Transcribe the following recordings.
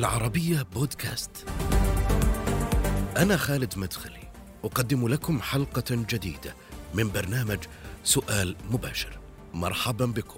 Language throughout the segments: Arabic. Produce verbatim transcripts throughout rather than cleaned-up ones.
العربية بودكاست. أنا خالد مدخلي أقدم لكم حلقة جديدة من برنامج سؤال مباشر. مرحبا بكم.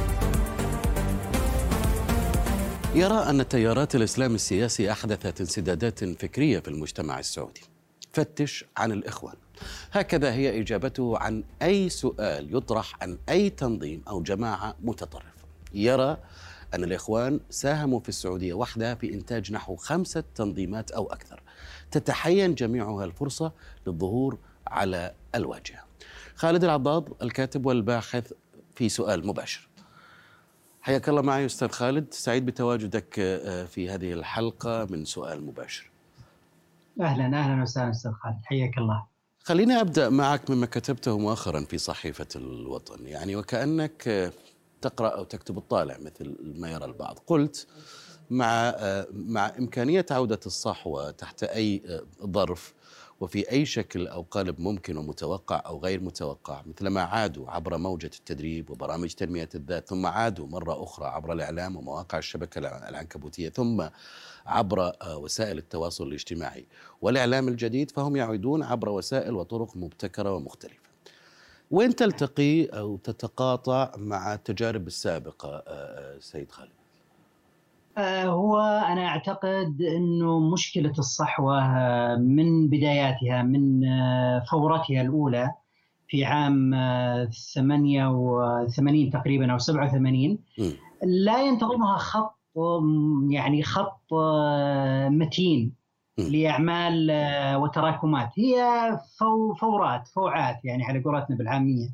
يرى أن التيارات الإسلام السياسي أحدثت انسدادات فكرية في المجتمع السعودي. فتش عن الإخوان. هكذا هي إجابته عن أي سؤال يطرح عن أي تنظيم أو جماعة متطرفة. يرى أن الإخوان ساهموا في السعودية وحدها في إنتاج نحو خمسة تنظيمات أو أكثر، تتحين جميعها الفرصة للظهور على الواجهة. خالد العضاض الكاتب والباحث في سؤال مباشر. حياك الله معي أستاذ خالد، سعيد بتواجدك في هذه الحلقة من سؤال مباشر. أهلا أهلا وسهلا أستاذ خالد، حياك الله. خليني أبدأ معك مما كتبته مؤخرا في صحيفة الوطن، يعني وكأنك تقرأ أو تكتب الطالع مثل ما يرى البعض. قلت مع مع إمكانية عودة الصحوة تحت أي ظرف وفي أي شكل أو قالب ممكن ومتوقع أو غير متوقع، مثلما عادوا عبر موجة التدريب وبرامج تنمية الذات، ثم عادوا مرة أخرى عبر الإعلام ومواقع الشبكة العنكبوتية، ثم عبر وسائل التواصل الاجتماعي والإعلام الجديد، فهم يعودون عبر وسائل وطرق مبتكرة ومختلفة. وين تلتقي أو تتقاطع مع التجارب السابقة سيد خالد؟ هو أنا أعتقد أنه مشكلة الصحوة من بداياتها، من فورتها الأولى في عام ثمانية وثمانين تقريبا أو سبعة وثمانين، لا ينتظمها خط يعني خط متين لأعمال وتراكمات، هي فورات فوعات يعني على قولتنا بالعامية.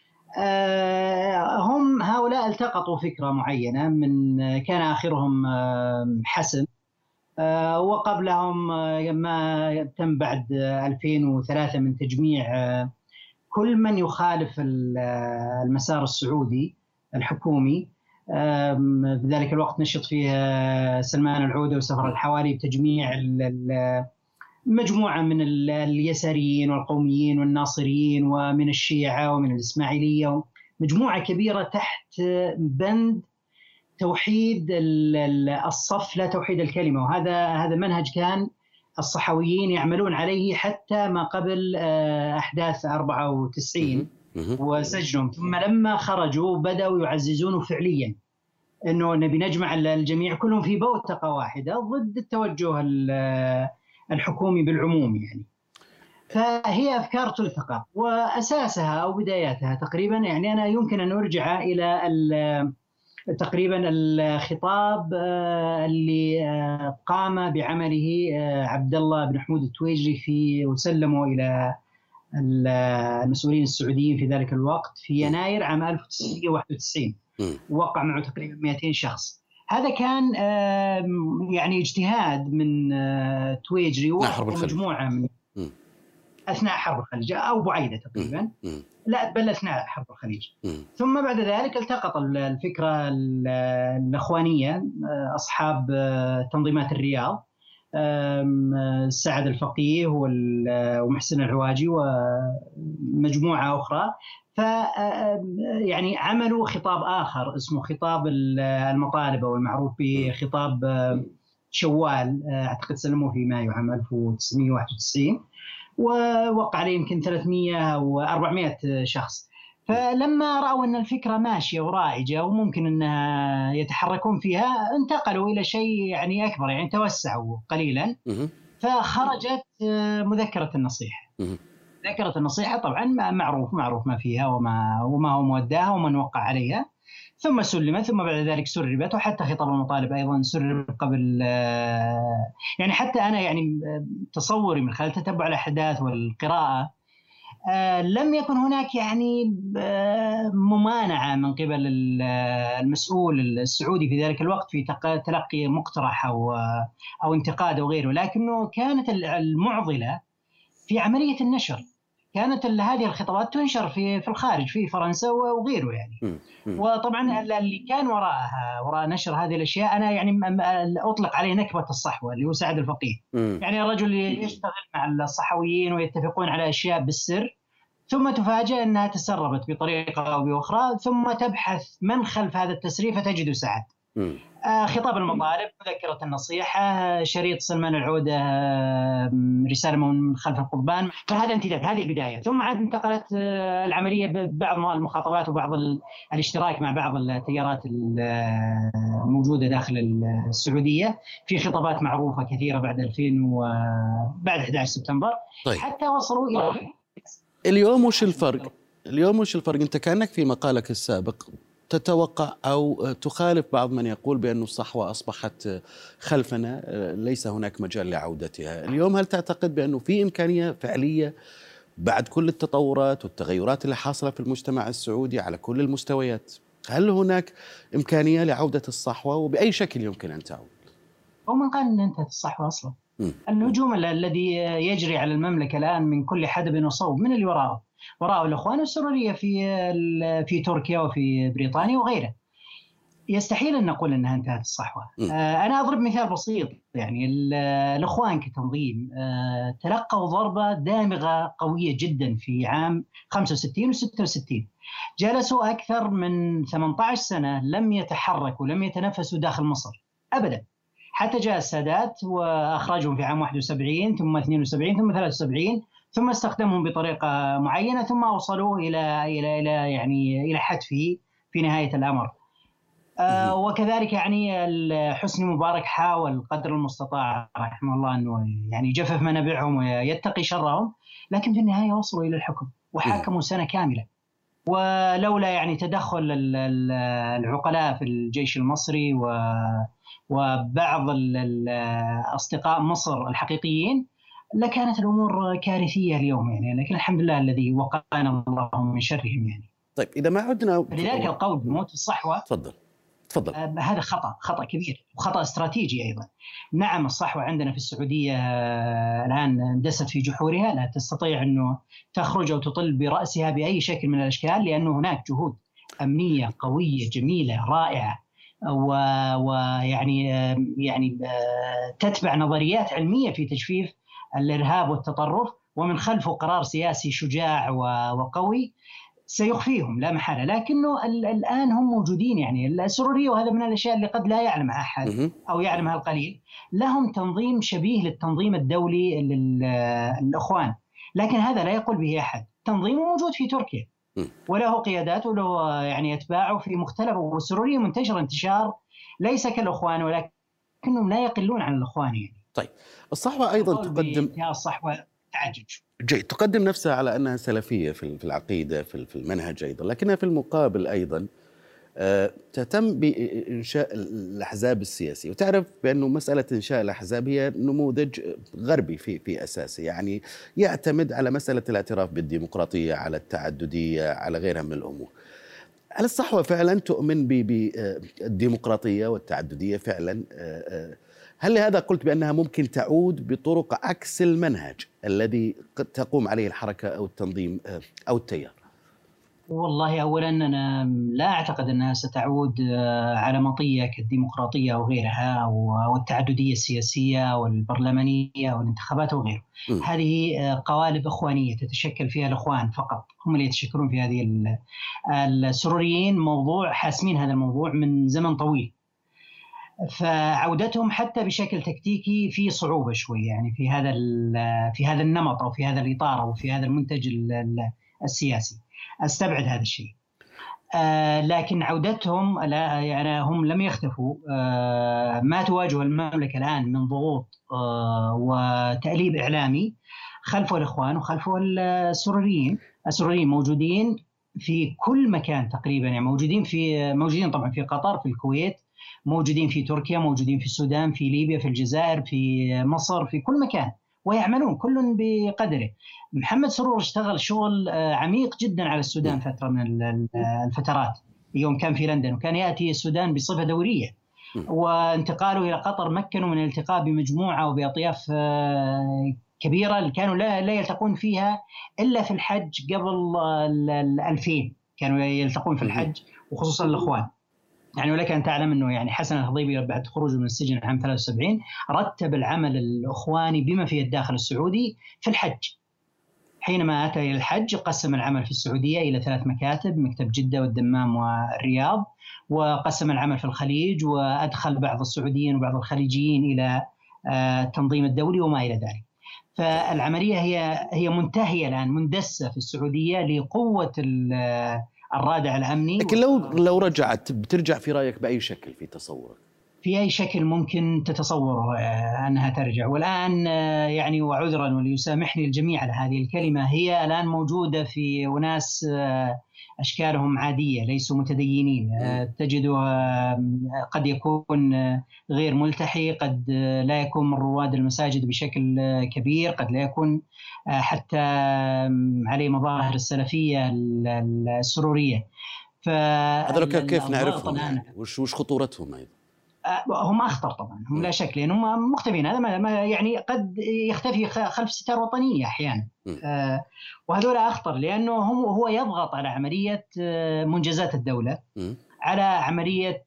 هم هؤلاء التقطوا فكرة معينة، من كان آخرهم حسن، وقبلهم ما تم بعد ألفين وثلاثة من تجميع كل من يخالف المسار السعودي الحكومي. في ذلك الوقت نشط فيه سلمان العودة وسفر الحوالي بتجميع مجموعة من اليساريين والقوميين والناصريين ومن الشيعة ومن الإسماعيلية، مجموعة كبيرة تحت بند توحيد الصف لا توحيد الكلمة. وهذا هذا منهج كان الصحويين يعملون عليه حتى ما قبل أحداث أربعة وتسعين وسجنهم، ثم لما خرجوا بدأوا يعززونه فعليا، أنه نبي نجمع الجميع كلهم في بوتقة واحدة ضد التوجه الحكومي بالعموم يعني. فهي أفكار تلتقى، وأساسها أو بداياتها تقريبا يعني أنا يمكن أن أرجع إلى تقريبا الخطاب اللي قام بعمله عبد الله بن حمود التويجري في وسلمه إلى المسؤولين السعوديين في ذلك الوقت في يناير عام ألف وتسعمائة وواحد وتسعين، وقع معه تقريبا مئتين شخص. هذا كان يعني اجتهاد من تويجري ومجموعة من أثناء حرب الخليج أو بعيدة تقريبا، لا بل أثناء حرب الخليج. ثم بعد ذلك التقط الفكرة الإخوانية أصحاب تنظيمات الرياض، سعد الفقيه ومحسن العواجي ومجموعة أخرى، ف يعني عملوا خطاب آخر اسمه خطاب المطالبة والمعروف بخطاب شوال، أعتقد سلموه في مايو عام ألف وتسعمائة وواحد وتسعين، ووقع عليه يمكن ثلاثمائة أو أربعمائة شخص. فلما رأوا أن الفكرة ماشية ورائجة وممكن أنها يتحركون فيها، انتقلوا إلى شيء يعني أكبر، يعني توسعوا قليلا، فخرجت مذكرة النصيحة. مذكرة النصيحة طبعا معروف معروف ما فيها وما وما هو موداها ومن وقع عليها، ثم سلمت، ثم بعد ذلك سربت، وحتى خطاب المطالب أيضا سرب قبل. يعني حتى أنا يعني تصوري من خلال تتبع الأحداث والقراءة لم يكن هناك يعني ممانعة من قبل المسؤول السعودي في ذلك الوقت في تلقي مقترح أو أو انتقاد أو غيره، لكنه كانت المعضلة في عملية النشر. كانت هذه الخطابات تنشر في في الخارج في فرنسا وغيره يعني. وطبعا اللي كان وراءها وراء نشر هذه الأشياء أنا يعني أطلق عليه نكبة الصحوة، اللي هو سعد الفقيه. يعني الرجل يشتغل مع الصحويين ويتفقون على أشياء بالسر، ثم تفاجأ أنها تسربت بطريقة أو بأخرى، ثم تبحث من خلف هذا التسريب فتجد سعد. خطاب المطالب، مذكرة النصيحة، شريط سلمان العودة، رسالة من خلف القضبان. فهذا امتداد، هذه البداية. ثم عاد انتقلت العملية ببعض المخاطبات وبعض الاشتراك مع بعض التيارات الموجودة داخل السعودية في خطابات معروفة كثيرة بعد ألفين وبعد أحد عشر سبتمبر. طيب. حتى وصلوا إلى اليوم. وش الفرق اليوم وش الفرق أنت كأنك في مقالك السابق تتوقع أو تخالف بعض من يقول بأن الصحوة أصبحت خلفنا، ليس هناك مجال لعودتها. اليوم هل تعتقد بأنه في إمكانية فعلية بعد كل التطورات والتغيرات اللي حاصلة في المجتمع السعودي على كل المستويات، هل هناك إمكانية لعودة الصحوة وبأي شكل يمكن أن تعود؟ ومن قال أن انتهت الصحوة أصلا؟ م. الهجوم الذي يجري على المملكة الآن من كل حدب وصوب، من اللي وراءه؟ وراء الأخوان السرورية في في تركيا وفي بريطانيا وغيره. يستحيل أن نقول أنها انتهت الصحوة. أنا أضرب مثال بسيط، يعني الأخوان كتنظيم تلقوا ضربة دامغة قوية جدا في عام خمسة وستين وستة وستين. جلسوا أكثر من ثمانية عشر سنة لم يتحركوا، لم يتنفسوا داخل مصر أبدا، حتى جاء السادات وأخرجهم في عام واحد وسبعين ثم اثنين وسبعين ثم ثلاثة وسبعين، ثم استخدمهم بطريقة معينة، ثم أوصلوه إلى إلى إلى يعني إلى حتفه في نهاية الأمر. آه وكذلك يعني حسني مبارك حاول قدر المستطاع رحمه الله أنه يعني يجفف منابعهم ويتقي شرهم، لكن في النهاية وصلوا إلى الحكم وحكموا سنة كاملة. ولولا يعني تدخل العقلاء في الجيش المصري وبعض أصدقاء مصر الحقيقيين لكانت الأمور كارثية اليوم يعني، لكن الحمد لله الذي وقانا الله من شرهم يعني. طيب إذا ما عدنا لذلك القول بموت الصحوة تفضل تفضل آه هذا خطأ خطأ كبير وخطأ استراتيجي أيضا. نعم الصحوة عندنا في السعودية آه الآن اندست في جحورها، لا تستطيع أنه تخرج أو تطل برأسها بأي شكل من الأشكال، لأنه هناك جهود أمنية قوية جميلة رائعة ويعني يعني تتبع نظريات علمية في تجفيف الإرهاب والتطرف، ومن خلفه قرار سياسي شجاع وقوي سيخفيهم لا محالة. لكنه الآن هم موجودين، يعني السرورية، وهذا من الأشياء اللي قد لا يعلمها أحد أو يعلمها القليل، لهم تنظيم شبيه للتنظيم الدولي للإخوان، لكن هذا لا يقول به أحد. تنظيمه موجود في تركيا وله قيادات وله يعني أتباعه في مختلف، والسرورية منتشر انتشار ليس كالأخوان ولكنهم لا يقلون عن الأخوان يعني. طيب الصحوة أيضا تقدم الصحوة تعجج جيد تقدم نفسها على أنها سلفية في العقيدة في المنهج أيضا، لكنها في المقابل أيضا تهتم بإنشاء الأحزاب السياسية، وتعرف بأنه مسألة إنشاء الأحزاب هي نموذج غربي في في أساسه، يعني يعتمد على مسألة الاعتراف بالديمقراطية، على التعددية، على غيرها من الأمور. هل الصحوة فعلا تؤمن بالديمقراطية والتعددية فعلا؟ هل لهذا قلت بأنها ممكن تعود بطرق عكس المنهج الذي قد تقوم عليه الحركة أو التنظيم أو التيار؟ والله أولا أنا لا أعتقد أنها ستعود على مطية كالديمقراطية أو غيرها والتعددية السياسية والبرلمانية والانتخابات وغيره. م. هذه قوالب إخوانية تتشكل فيها الإخوان فقط، هم اللي يتشكلون في هذه. السروريين موضوع حاسمين هذا الموضوع من زمن طويل، فعودتهم حتى بشكل تكتيكي في صعوبة شوي يعني في هذا في هذا النمط أو في هذا الإطار أو في هذا المنتج السياسي. أستبعد هذا الشيء. آه لكن عودتهم لا يعني هم لم يختفوا. آه ما تواجه المملكة الآن من ضغوط آه وتأليب إعلامي خلفه الإخوان وخلفه السروريين. السروريين موجودين في كل مكان تقريبا، يعني موجودين في موجودين طبعا في قطر، في الكويت، موجودين في تركيا، موجودين في السودان، في ليبيا، في الجزائر، في مصر، في كل مكان، ويعملون كل بقدره. محمد سرور اشتغل شغل عميق جدا على السودان فترة من الفترات، يوم كان في لندن، وكان يأتي السودان بصفة دورية، وانتقاله إلى قطر مكنوا من الالتقاء بمجموعة وبأطياف كبيرة كانوا لا, لا يلتقون فيها إلا في الحج قبل الألفين، كانوا يلتقون في الحج وخصوصا الإخوان. يعني ولك أن تعلم أنه يعني حسن الهضيبي بعد خروجه من السجن عام ثلاثة وسبعين رتب العمل الإخواني بما فيه الداخل السعودي في الحج، حينما أتى إلى الحج قسم العمل في السعودية إلى ثلاث مكاتب، مكتب جدة والدمام والرياض، وقسم العمل في الخليج وأدخل بعض السعوديين وبعض الخليجيين إلى التنظيم الدولي وما إلى ذلك. فالعملية هي هي منتهية الآن، مندسة في السعودية لقوة الرادع الأمني. لكن لو لو رجعت بترجع في رأيك بأي شكل في تصورك؟ في أي شكل ممكن تتصور أنها ترجع. والآن يعني وعذرا وليسامحني الجميع على هذه الكلمة، هي الآن موجودة في أناس أشكالهم عادية ليسوا متدينين. تجدها قد يكون غير ملتحي، قد لا يكون من رواد المساجد بشكل كبير، قد لا يكون حتى عليه مظاهر السلفية السرورية. هذا كيف نعرفهم يعني؟ وش وش خطورتهم أيضا؟ هم أخطر طبعا، هم لا شك، لأنهم مختفين. هذا ما يعني قد يختفي خلف ستار وطنية أحيانا، آه وهذول أخطر، لأنه هم هو يضغط على عملية منجزات الدولة، م. على عملية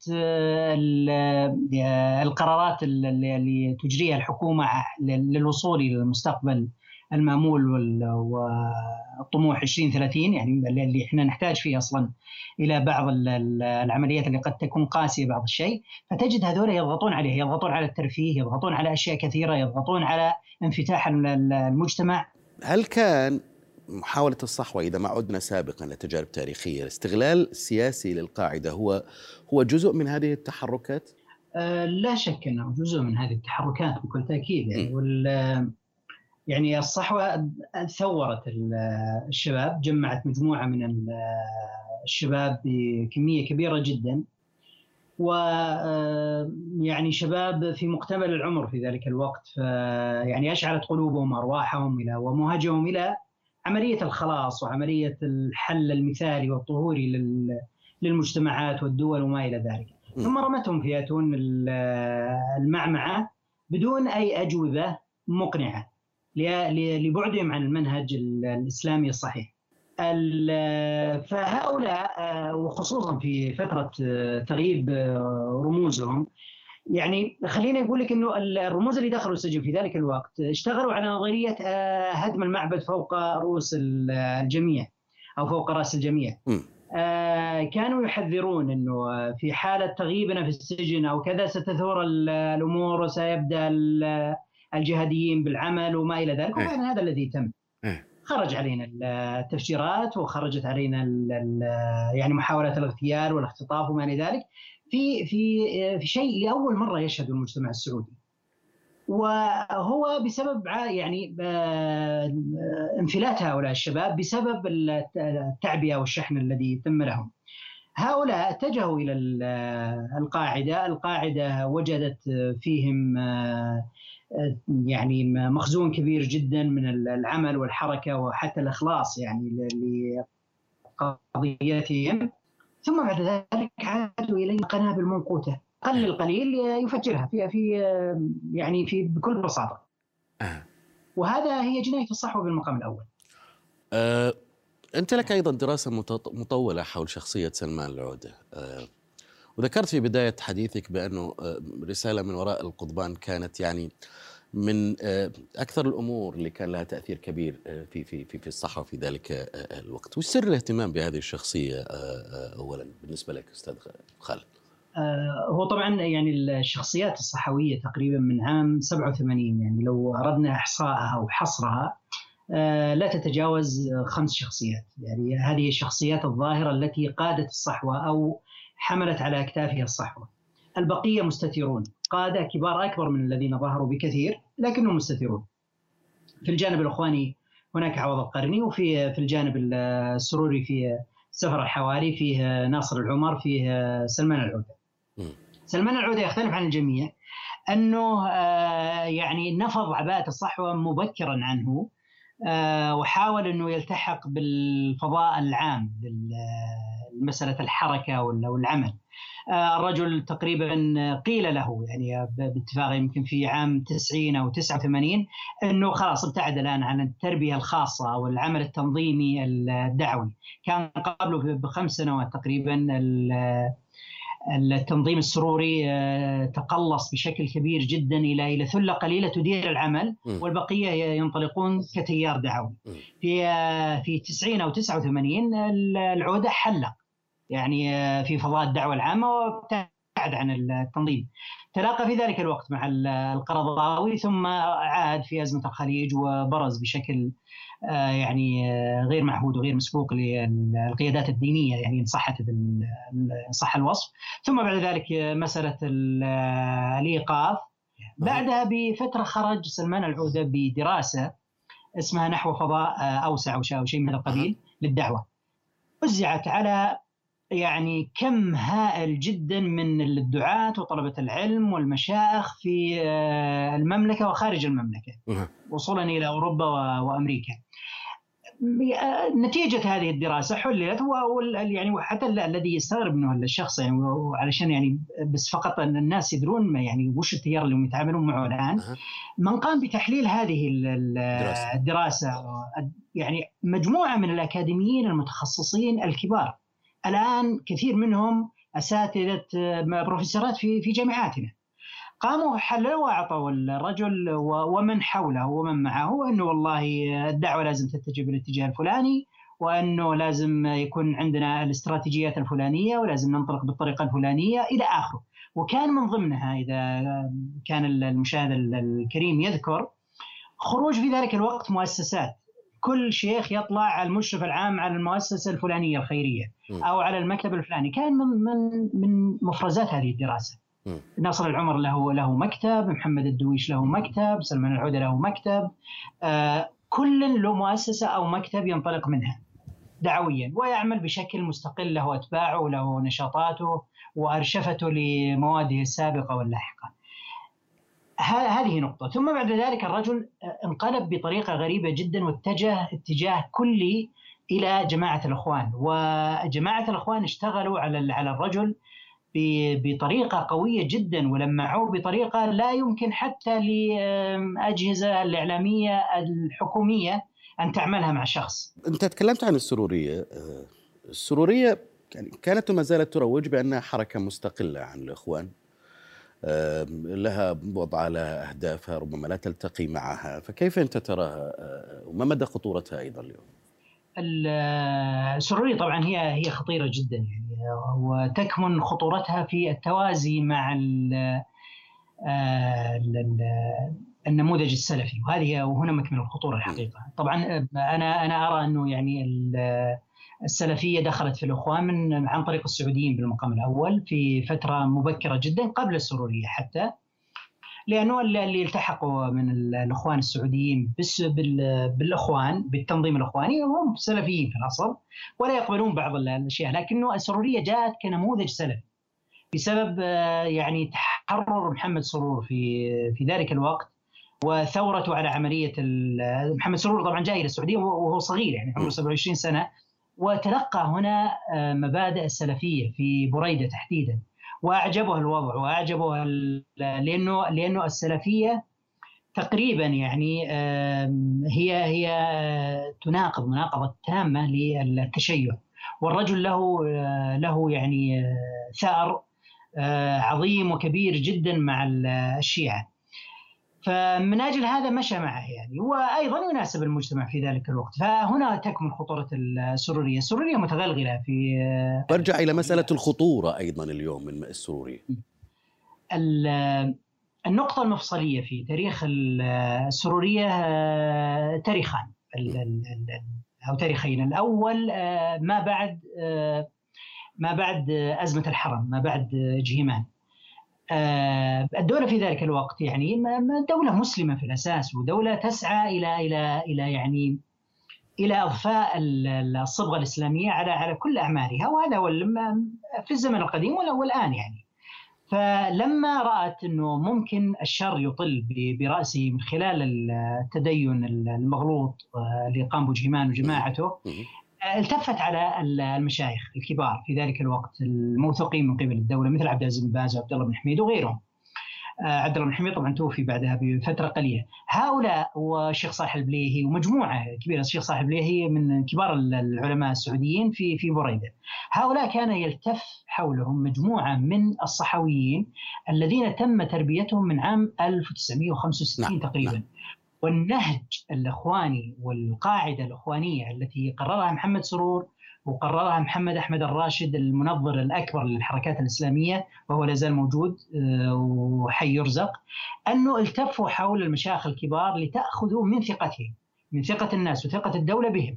القرارات اللي تجريها الحكومة للوصول إلى المستقبل المأمول والطموح عشرين ثلاثين، يعني اللي احنا نحتاج فيه أصلا إلى بعض العمليات اللي قد تكون قاسية بعض الشيء. فتجد هذول يضغطون عليه، يضغطون على الترفيه، يضغطون على أشياء كثيرة، يضغطون على انفتاح المجتمع. هل كان محاولة الصحوة، إذا ما عدنا سابقا لتجارب تاريخية، الاستغلال السياسي للقاعدة هو هو جزء من هذه التحركات؟ أه لا شك أنه جزء من هذه التحركات بكل تأكيد. يعني وال يعني الصحوة ثورت الشباب، جمعت مجموعة من الشباب بكمية كبيرة جدا، ويعني شباب في مقتبل العمر في ذلك الوقت، يعني أشعلت قلوبهم وأرواحهم إلى ومهجهم إلى عملية الخلاص وعملية الحل المثالي والطهوري للمجتمعات والدول وما إلى ذلك. ثم رمتهم في أتون المعمعة بدون أي أجوبة مقنعة لبعدهم عن المنهج الإسلامي الصحيح. فهؤلاء وخصوصا في فترة تغييب رموزهم، يعني خلينا نقول لك إنه الرموز اللي دخلوا السجن في ذلك الوقت اشتغلوا على نظرية هدم المعبد فوق رؤوس الجميع أو فوق رأس الجميع. كانوا يحذرون إنه في حالة تغييبنا في السجن أو كذا ستثور الأمور وسيبدأ الجهاديين بالعمل وما إلى ذلك، وكان هذا الذي تم. خرج علينا التفجيرات وخرجت علينا يعني محاولات الاغتيال والاختطاف وما إلى ذلك في في في شيء لأول مرة يشهد المجتمع السعودي، وهو بسبب يعني انفلات هؤلاء الشباب بسبب التعبئة والشحن الذي تم لهم. هؤلاء اتجهوا إلى القاعدة، القاعدة وجدت فيهم يعني مخزون كبير جدا من العمل والحركة وحتى الإخلاص يعني لقضيتهم، ثم بعد ذلك عادوا إلى قنابل منقوتة، قل القليل يفجرها في في يعني في بكل بساطة. وهذا هي جناية الصحوة بالمقام الأول. أه أنت لك أيضا دراسة مطولة حول شخصية سلمان العودة، أه وذكرت في بداية حديثك بأنه رسالة من وراء القضبان كانت يعني من أكثر الأمور اللي كان لها تأثير كبير في في في في الصحوة في ذلك الوقت. وش سر الاهتمام بهذه الشخصية أولا بالنسبة لك أستاذ خالد؟ هو طبعا يعني الشخصيات الصحوية تقريبا من عام سبعة وثمانين، يعني لو أردنا إحصائها وحصرها لا تتجاوز خمس شخصيات. يعني هذه الشخصيات الظاهرة التي قادت الصحوة أو حملت على أكتافها الصحوة. البقية مستترون، قادة كبار أكبر من الذين ظهروا بكثير لكنهم مستترون. في الجانب الإخواني هناك عوض القرني، وفي في الجانب السروري في سفر الحواري، فيه ناصر العمر، فيه سلمان العودة. سلمان العودة يختلف عن الجميع أنه يعني نفض عباءة الصحوة مبكرا عنه، وحاول أنه يلتحق بالفضاء العام لمسألة الحركة والعمل. الرجل تقريبا قيل له يعني باتفاق يمكن في عام تسعين أو تسعة وثمانين أنه خلاص ابتعد الآن عن التربية الخاصة والعمل التنظيمي الدعوي. كان قبله بخمس سنوات تقريبا التنظيم السروري تقلص بشكل كبير جدا إلى إلى ثلة قليلة تدير العمل، والبقية ينطلقون كتيار دعوي. في في تسعين أو تسعة وثمانين العودة حلق يعني في فضاء الدعوة العامة وابتعد عن التنظيم. تلاقى في ذلك الوقت مع القرضاوي، ثم عاد في أزمة الخليج وبرز بشكل يعني غير معهود وغير مسبوق للقيادات الدينية، يعني إن صحت إن صح الوصف. ثم بعد ذلك مسألة الإيقاف. بعدها بفترة خرج سلمان العودة بدراسة اسمها نحو فضاء أوسع أو شيء من هذا القبيل للدعوة، وزعت على يعني كم هائل جدا من الدعاة وطلبة العلم والمشايخ في المملكة وخارج المملكة وصولا إلى أوروبا وأمريكا. نتيجة هذه الدراسة حللت، يعني حتى الذي يستغرب منه الشخص يعني علشان يعني بس فقط أن الناس يدرون يعني وش التيار اللي هم يتعاملون معه الآن. من قام بتحليل هذه الدراسة يعني مجموعة من الأكاديميين المتخصصين الكبار، الآن كثير منهم أساتذة بروفيسورات في في جامعاتنا، قاموا حللوا وأعطوا الرجل ومن حوله ومن معه أنه والله الدعوة لازم تتجه بالاتجاه الفلاني، وأنه لازم يكون عندنا الاستراتيجيات الفلانية، ولازم ننطلق بالطريقة الفلانية إلى آخره. وكان من ضمنها إذا كان المشاهد الكريم يذكر خروج في ذلك الوقت مؤسسات، كل شيخ يطلع على المشرف العام على المؤسسة الفلانية الخيرية أو على المكتب الفلاني. كان من من من مفرزات هذه الدراسة. ناصر العمر له له مكتب، محمد الدويش له مكتب، سلمان العودة له مكتب، آه كل له مؤسسة أو مكتب ينطلق منها دعويا ويعمل بشكل مستقل، له أتباعه وله نشاطاته وأرشفته لمواده السابقة واللاحقة. هذه نقطة. ثم بعد ذلك الرجل انقلب بطريقة غريبة جدا واتجه اتجاه كلي إلى جماعة الإخوان، وجماعة الإخوان اشتغلوا على على الرجل بطريقة قوية جدا ولمعوه بطريقة لا يمكن حتى للأجهزة الإعلامية الحكومية أن تعملها مع شخص. أنت تكلمت عن السرورية. السرورية كانت وما زالت تروج بأنها حركة مستقلة عن الإخوان، لها وضع، لها أهدافها، ربما لا تلتقي معها، فكيف أنت تراها وما مدى خطورتها أيضا اليوم؟ السرورية طبعا هي هي خطيرة جدا يعني، وتكمن خطورتها في التوازي مع ال ال النموذج السلفي، وهذه وهنا مكمن الخطورة الحقيقة. طبعا أنا أنا أرى أنه يعني السلفية دخلت في الإخوان من عن طريق السعوديين بالمقام الأول في فترة مبكرة جدا قبل السرورية حتى، لأنه اللي التحقوا من الإخوان السعوديين بس بالإخوان بالتنظيم الإخواني هم سلفيين في الأصل ولا يقبلون بعض الأشياء، لكنه السرورية جاءت كنموذج سلفي بسبب يعني تحرر محمد سرور في في ذلك الوقت وثورته على عملية. محمد سرور طبعا جاء إلى السعودية وهو صغير يعني عمره سبعة وعشرين سنة، وتلقى هنا مبادئ السلفية في بريدة تحديدا، وأعجبه الوضع وأعجبه لأنه لأنه السلفية تقريبا يعني هي هي تناقض مناقضة تامة للتشيع، والرجل له له يعني ثأر عظيم وكبير جدا مع الشيعة، فمن أجل هذا مشى معه يعني، وأيضا يناسب المجتمع في ذلك الوقت. فهنا تكمن خطورة السرورية. السرورية متغلغلة في. برجع إلى مسألة الخطورة أيضا اليوم من السرورية. النقطة المفصلية في تاريخ السرورية تاريخان أو تاريخين. الأول ما بعد ما بعد أزمة الحرم، ما بعد جهيمان. الدولة في ذلك الوقت يعني دولة مسلمة في الأساس، ودولة تسعى إلى إلى إلى يعني إلى إضفاء الصبغة الإسلامية على على كل أعمالها، وهذا هو في الزمن القديم والآن يعني. فلما رأت أنه ممكن الشر يطل برأسه من خلال التدين المغلوط اللي قام بوجهيمان وجماعته، التفت على المشايخ الكبار في ذلك الوقت الموثوقين من قبل الدولة مثل عبد العزيز بن باز وعبد الله بن حميد وغيرهم. عبد الله بن حميد طبعا توفي بعدها بفترة قليلة. هؤلاء والشيخ صالح البليهي ومجموعة كبيرة، الشيخ صالح البليهي من كبار العلماء السعوديين في في بريدة. هؤلاء كان يلتف حولهم مجموعة من الصحويين الذين تم تربيتهم من عام ألف وتسعمائة وخمسة وستين نعم. تقريبا نعم. والنهج الإخواني والقاعدة الإخوانية التي قررها محمد سرور وقررها محمد أحمد الراشد المنظر الأكبر للحركات الإسلامية، وهو لازال موجود وحي يرزق، أنه التفوا حول المشايخ الكبار لتأخذوا من ثقتهم، من ثقة الناس وثقة الدولة بهم.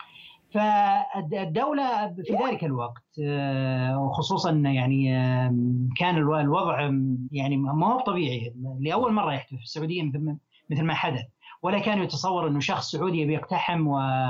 فالدولة في ذلك الوقت وخصوصا يعني كان الوضع يعني ما هو طبيعي، لأول مرة يحدث في السعودية مثل ما حدث، ولا كان يتصور أنه شخص سعودي بيقتحم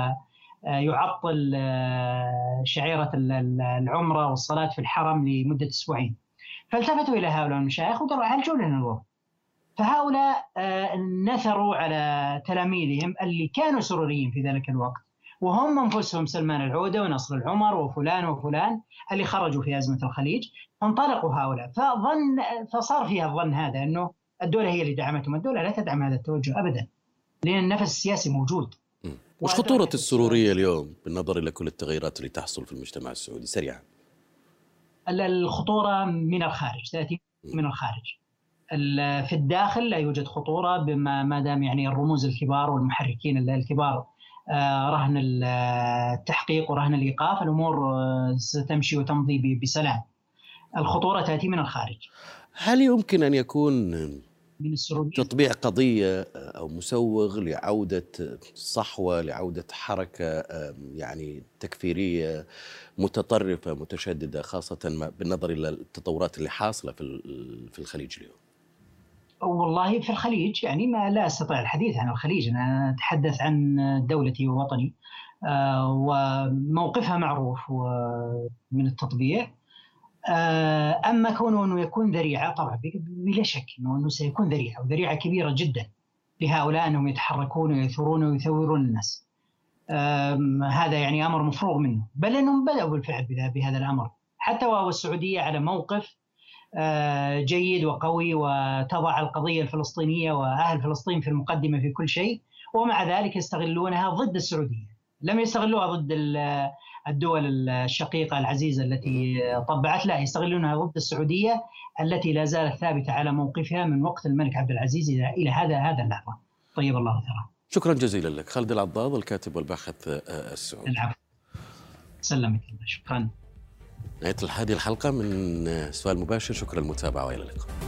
ويعطل شعيرة العمرة والصلاة في الحرم لمدة أسبوعين. فالتفتوا إلى هؤلاء المشايخ وعالجوا لنا الوضع. فهؤلاء نثروا على تلاميذهم اللي كانوا سروريين في ذلك الوقت، وهم أنفسهم سلمان العودة ونصر العمر وفلان وفلان اللي خرجوا في أزمة الخليج. فانطلقوا هؤلاء، فظن فصار فيها الظن هذا أنه الدولة هي اللي دعمتهم. الدولة لا تدعم هذا التوجه أبدا، لأن النفس السياسي موجود. وش خطورة السرورية اليوم بالنظر إلى كل التغيرات اللي تحصل في المجتمع السعودي سريعا؟ الخطورة من الخارج، تأتي من الخارج. في الداخل لا يوجد خطورة بما ما دام يعني الرموز الكبار والمحركين الكبار رهن التحقيق ورهن الإيقاف، الأمور ستمشي وتمضي بسلام. الخطورة تأتي من الخارج. هل يمكن أن يكون من تطبيع قضية أو مسوغ لعودة صحوة، لعودة حركة يعني تكفيرية متطرفة متشددة، خاصة بالنظر إلى التطورات اللي حاصلة في الخليج اليوم؟ والله في الخليج يعني ما لا أستطيع الحديث عن الخليج، أنا أتحدث عن دولتي ووطني، وموقفها معروف من التطبيع. أما كونه أنه يكون ذريعة، طبعا بلا شك أنه سيكون ذريعة، وذريعة كبيرة جدا لهؤلاء أنهم يتحركون ويثورون ويثورون الناس. هذا يعني أمر مفروغ منه، بل أنهم بدأوا بالفعل بهذا الأمر، حتى والسعودية على موقف جيد وقوي وتضع القضية الفلسطينية وأهل فلسطين في المقدمة في كل شيء، ومع ذلك يستغلونها ضد السعودية. لم يستغلوها ضد الدول الشقيقة العزيزة التي طبعت، لا، يستغلونها ضد السعودية التي لا زالت ثابتة على موقفها من وقت الملك عبد العزيز إلى هذا هذا اللحظة. طيب الله ثراه. شكرا جزيلا لك خالد العضاض، الكاتب والباحث السعودي. العفو. سلمك الله. شكرا. نهاية هذه الحلقة من سؤال مباشر. شكرا للمتابعة وإلى اللقاء.